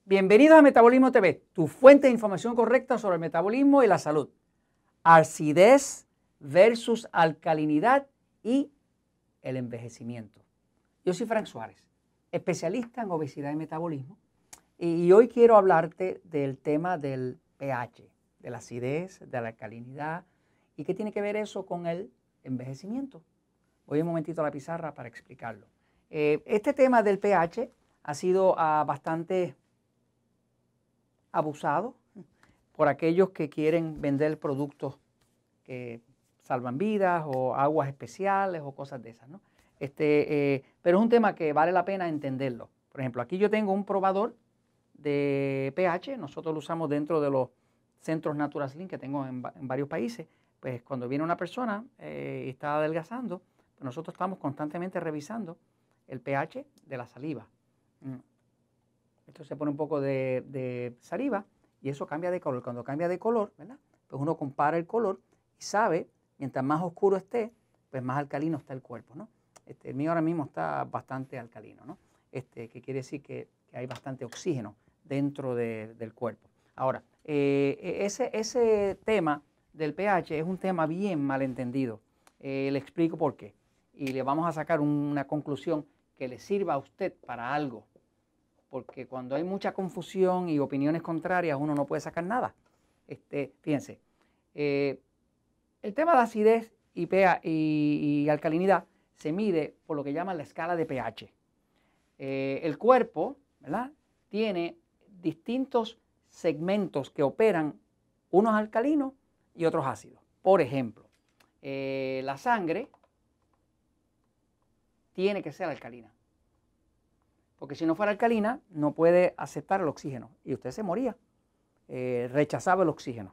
Bienvenidos a Metabolismo TV, tu fuente de información correcta sobre el metabolismo y la salud. Acidez versus alcalinidad y el envejecimiento. Yo soy Frank Suárez, especialista en obesidad y metabolismo, y hoy quiero hablarte del tema del pH, de la acidez, de la alcalinidad y qué tiene que ver eso con el envejecimiento. Voy un momentito a la pizarra para explicarlo. Este tema del pH ha sido bastante abusado por aquellos que quieren vender productos que salvan vidas o aguas especiales o cosas de esas, ¿no? Pero es un tema que vale la pena entenderlo. Por ejemplo, aquí yo tengo un probador de pH, nosotros lo usamos dentro de los centros NaturalSlim que tengo en varios países. Pues cuando viene una persona y está adelgazando, pues nosotros estamos constantemente revisando el pH de la saliva. Esto se pone un poco de saliva y eso cambia de color. Cuando cambia de color, ¿verdad? Pues uno compara el color y sabe, mientras más oscuro esté, pues más alcalino está el cuerpo, ¿no? El mío ahora mismo está bastante alcalino, ¿no? Que quiere decir que hay bastante oxígeno dentro del cuerpo. Ahora, ese tema del pH es un tema bien malentendido. Le explico por qué. Y le vamos a sacar una conclusión que le sirva a usted para algo. Porque cuando hay mucha confusión y opiniones contrarias, uno no puede sacar nada. Fíjense, el tema de acidez y pH y alcalinidad se mide por lo que llaman la escala de pH. El cuerpo, ¿verdad?, tiene distintos segmentos que operan, unos alcalinos y otros ácidos. Por ejemplo, la sangre tiene que ser alcalina. Porque si no fuera alcalina, no puede aceptar el oxígeno y usted se moría, rechazaba el oxígeno.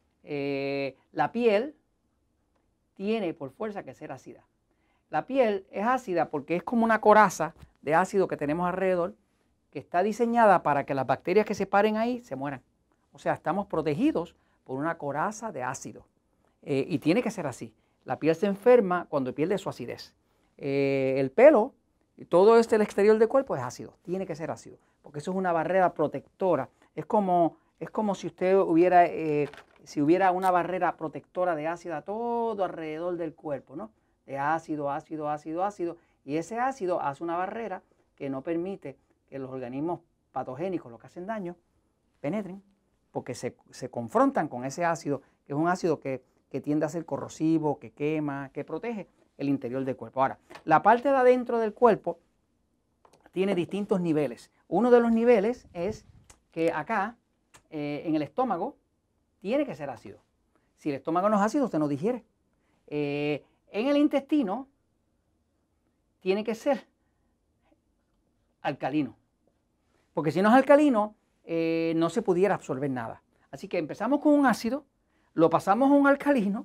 La piel tiene por fuerza que ser ácida. La piel es ácida porque es como una coraza de ácido que tenemos alrededor que está diseñada para que las bacterias que se paren ahí se mueran. O sea, estamos protegidos por una coraza de ácido y tiene que ser así. La piel se enferma cuando pierde su acidez. El pelo y todo el exterior del cuerpo es ácido, tiene que ser ácido, porque eso es una barrera protectora. Es como si usted hubiera una barrera protectora de ácido todo alrededor del cuerpo, ¿no? De ácido, ácido, ácido, ácido. Y ese ácido hace una barrera que no permite que los organismos patogénicos, los que hacen daño, penetren, porque se confrontan con ese ácido, que es un ácido que tiende a ser corrosivo, que quema, que protege el interior del cuerpo. Ahora, la parte de adentro del cuerpo tiene distintos niveles. Uno de los niveles es que acá, en el estómago, tiene que ser ácido. Si el estómago no es ácido, usted no digiere. En el intestino, tiene que ser alcalino. Porque si no es alcalino, no se pudiera absorber nada. Así que empezamos con un ácido, lo pasamos a un alcalino,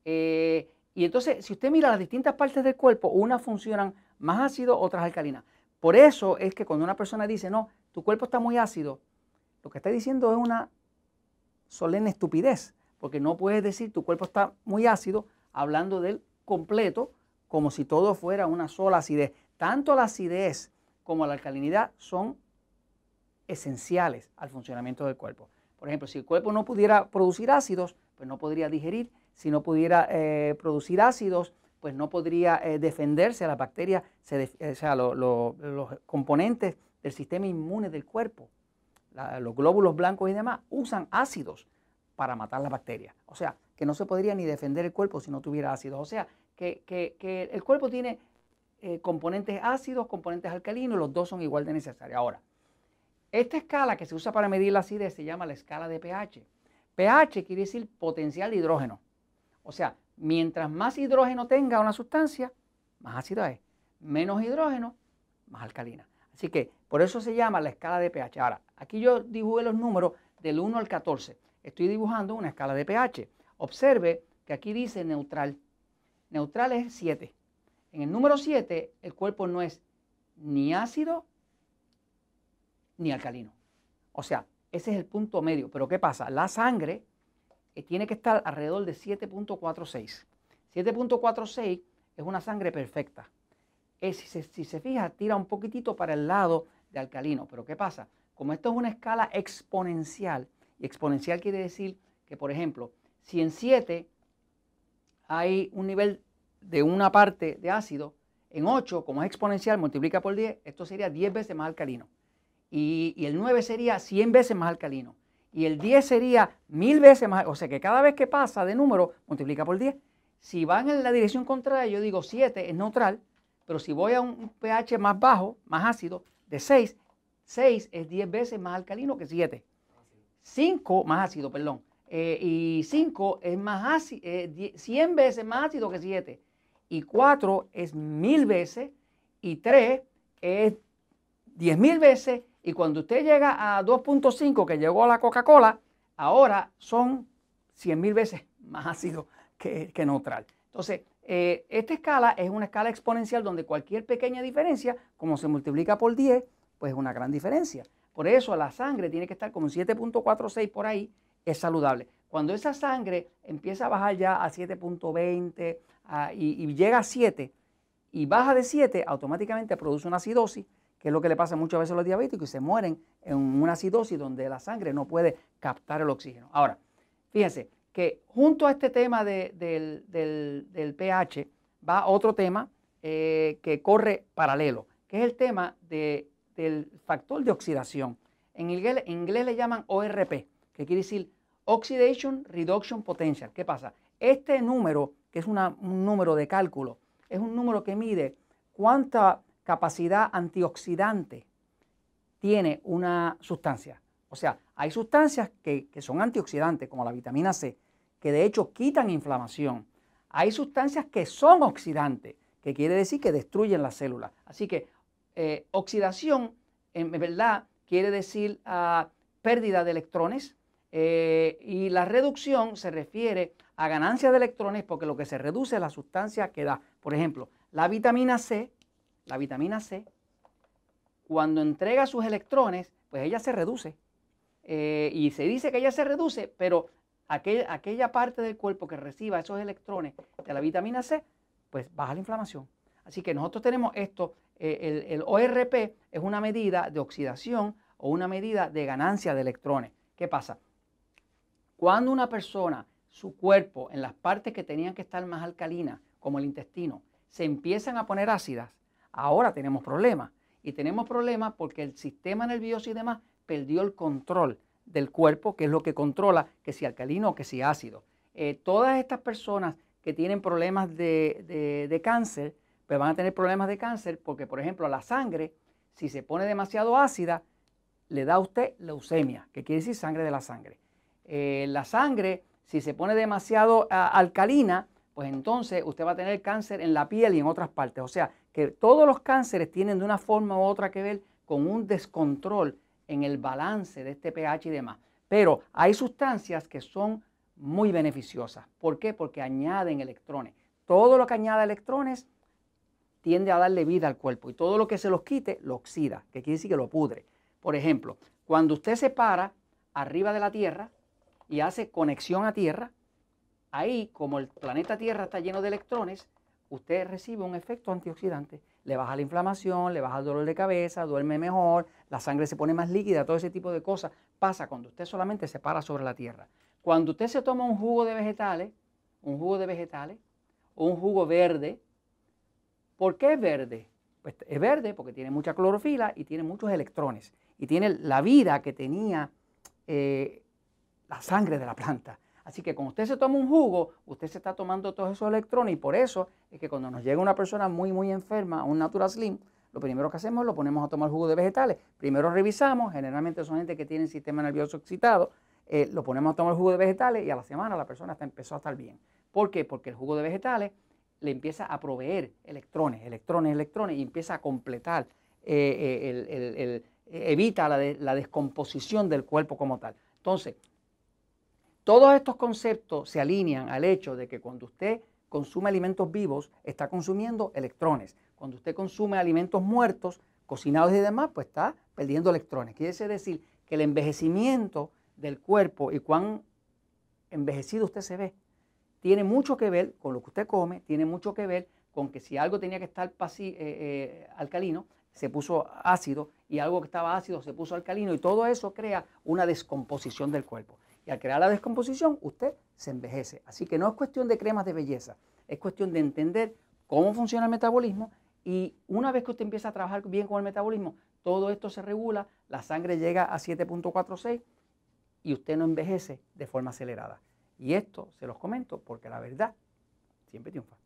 y entonces, si usted mira las distintas partes del cuerpo, unas funcionan más ácido, otras alcalinas. Por eso es que cuando una persona dice, no, tu cuerpo está muy ácido, lo que está diciendo es una solemne estupidez, porque no puedes decir tu cuerpo está muy ácido hablando del completo como si todo fuera una sola acidez. Tanto la acidez como la alcalinidad son esenciales al funcionamiento del cuerpo. Por ejemplo, si el cuerpo no pudiera producir ácidos, pues no podría digerir. Si no pudiera producir ácidos, pues no podría defenderse. Las bacterias, los componentes del sistema inmune del cuerpo, los glóbulos blancos y demás, usan ácidos para matar las bacterias. O sea, que no se podría ni defender el cuerpo si no tuviera ácidos. O sea, que el cuerpo tiene componentes ácidos, componentes alcalinos, los dos son igual de necesarios. Ahora, esta escala que se usa para medir la acidez se llama la escala de pH. pH quiere decir potencial de hidrógeno. O sea, mientras más hidrógeno tenga una sustancia, más ácida es. Menos hidrógeno, más alcalina. Así que por eso se llama la escala de pH. Ahora, aquí yo dibujé los números del 1 al 14. Estoy dibujando una escala de pH. Observe que aquí dice neutral. Neutral es 7. En el número 7, el cuerpo no es ni ácido ni alcalino. O sea, ese es el punto medio. Pero ¿qué pasa? La sangre tiene que estar alrededor de 7.46. 7.46 es una sangre perfecta. Si se fija, tira un poquitito para el lado de alcalino. Pero ¿qué pasa? Como esto es una escala exponencial, y exponencial quiere decir que, por ejemplo, si en 7 hay un nivel de una parte de ácido, en 8, como es exponencial, multiplica por 10, esto sería 10 veces más alcalino. Y el 9 sería 100 veces más alcalino. Y el 10 sería 1000 veces más, o sea que cada vez que pasa de número, multiplica por 10. Si van en la dirección contraria, yo digo 7 es neutral, pero si voy a un pH más bajo, más ácido, de 6, 6 es 10 veces más alcalino que 7. 5 más ácido, perdón. Y 5 es más ácido, 100 veces más ácido que 7. Y 4 es 1000 veces. Y 3 es 10.000 veces. Y cuando usted llega a 2.5, que llegó a la Coca-Cola, ahora son 100.000 veces más ácido que neutral. Entonces, esta escala es una escala exponencial donde cualquier pequeña diferencia, como se multiplica por 10, pues es una gran diferencia. Por eso la sangre tiene que estar como 7.46 por ahí, es saludable. Cuando esa sangre empieza a bajar ya a 7.20 y llega a 7 y baja de 7, automáticamente produce una acidosis, que es lo que le pasa muchas veces a los diabéticos y se mueren en una acidosis donde la sangre no puede captar el oxígeno. Ahora, fíjense que junto a este tema del pH va otro tema que corre paralelo, que es el tema del factor de oxidación. En inglés le llaman ORP, que quiere decir Oxidation Reduction Potential. ¿Qué pasa? Este número, que es un número de cálculo, es un número que mide cuánta capacidad antioxidante tiene una sustancia. O sea, hay sustancias que son antioxidantes, como la vitamina C, que de hecho quitan inflamación. Hay sustancias que son oxidantes, que quiere decir que destruyen las células. Así que oxidación, en verdad, quiere decir pérdida de electrones, y la reducción se refiere a ganancia de electrones porque lo que se reduce es la sustancia que da. Por ejemplo, la vitamina C, cuando entrega sus electrones, pues ella se reduce. Y se dice que ella se reduce, pero aquella parte del cuerpo que reciba esos electrones de la vitamina C, pues baja la inflamación. Así que nosotros tenemos esto, el ORP es una medida de oxidación o una medida de ganancia de electrones. ¿Qué pasa? Cuando una persona, su cuerpo, en las partes que tenían que estar más alcalinas, como el intestino, se empiezan a poner ácidas, ahora tenemos problemas. Y tenemos problemas porque el sistema nervioso y demás perdió el control del cuerpo, que es lo que controla que si alcalino o que si ácido. Todas estas personas que tienen problemas de cáncer, pues van a tener problemas de cáncer porque, por ejemplo, la sangre, si se pone demasiado ácida, le da a usted leucemia, que quiere decir sangre de la sangre. La sangre, si se pone demasiado alcalina, pues entonces usted va a tener cáncer en la piel y en otras partes. O sea, que todos los cánceres tienen de una forma u otra que ver con un descontrol en el balance de este pH y demás. Pero hay sustancias que son muy beneficiosas. ¿Por qué? Porque añaden electrones. Todo lo que añada electrones tiende a darle vida al cuerpo y todo lo que se los quite lo oxida, que quiere decir que lo pudre. Por ejemplo, cuando usted se para arriba de la Tierra y hace conexión a Tierra, ahí, como el planeta Tierra está lleno de electrones, usted recibe un efecto antioxidante. Le baja la inflamación, le baja el dolor de cabeza, duerme mejor, la sangre se pone más líquida, todo ese tipo de cosas pasa cuando usted solamente se para sobre la Tierra. Cuando usted se toma un jugo de vegetales o un jugo verde, ¿por qué es verde? Pues es verde porque tiene mucha clorofila y tiene muchos electrones y tiene la vida que tenía la sangre de la planta. Así que cuando usted se toma un jugo, usted se está tomando todos esos electrones y por eso es que cuando nos llega una persona muy enferma a un Natural Slim, lo primero que hacemos es lo ponemos a tomar jugo de vegetales. Primero revisamos, generalmente son gente que tiene el sistema nervioso excitado, lo ponemos a tomar jugo de vegetales y a la semana la persona empezó a estar bien. ¿Por qué? Porque el jugo de vegetales le empieza a proveer electrones y empieza a completar, evita la descomposición del cuerpo como tal. Entonces, todos estos conceptos se alinean al hecho de que cuando usted consume alimentos vivos, está consumiendo electrones. Cuando usted consume alimentos muertos, cocinados y demás, pues está perdiendo electrones. Quiere decir que el envejecimiento del cuerpo y cuán envejecido usted se ve, tiene mucho que ver con lo que usted come, tiene mucho que ver con que si algo tenía que estar alcalino, se puso ácido y algo que estaba ácido se puso alcalino y todo eso crea una descomposición del cuerpo. Y al crear la descomposición, usted se envejece. Así que no es cuestión de cremas de belleza, es cuestión de entender cómo funciona el metabolismo y una vez que usted empieza a trabajar bien con el metabolismo, todo esto se regula, la sangre llega a 7.46 y usted no envejece de forma acelerada. Y esto se los comento porque la verdad siempre triunfa.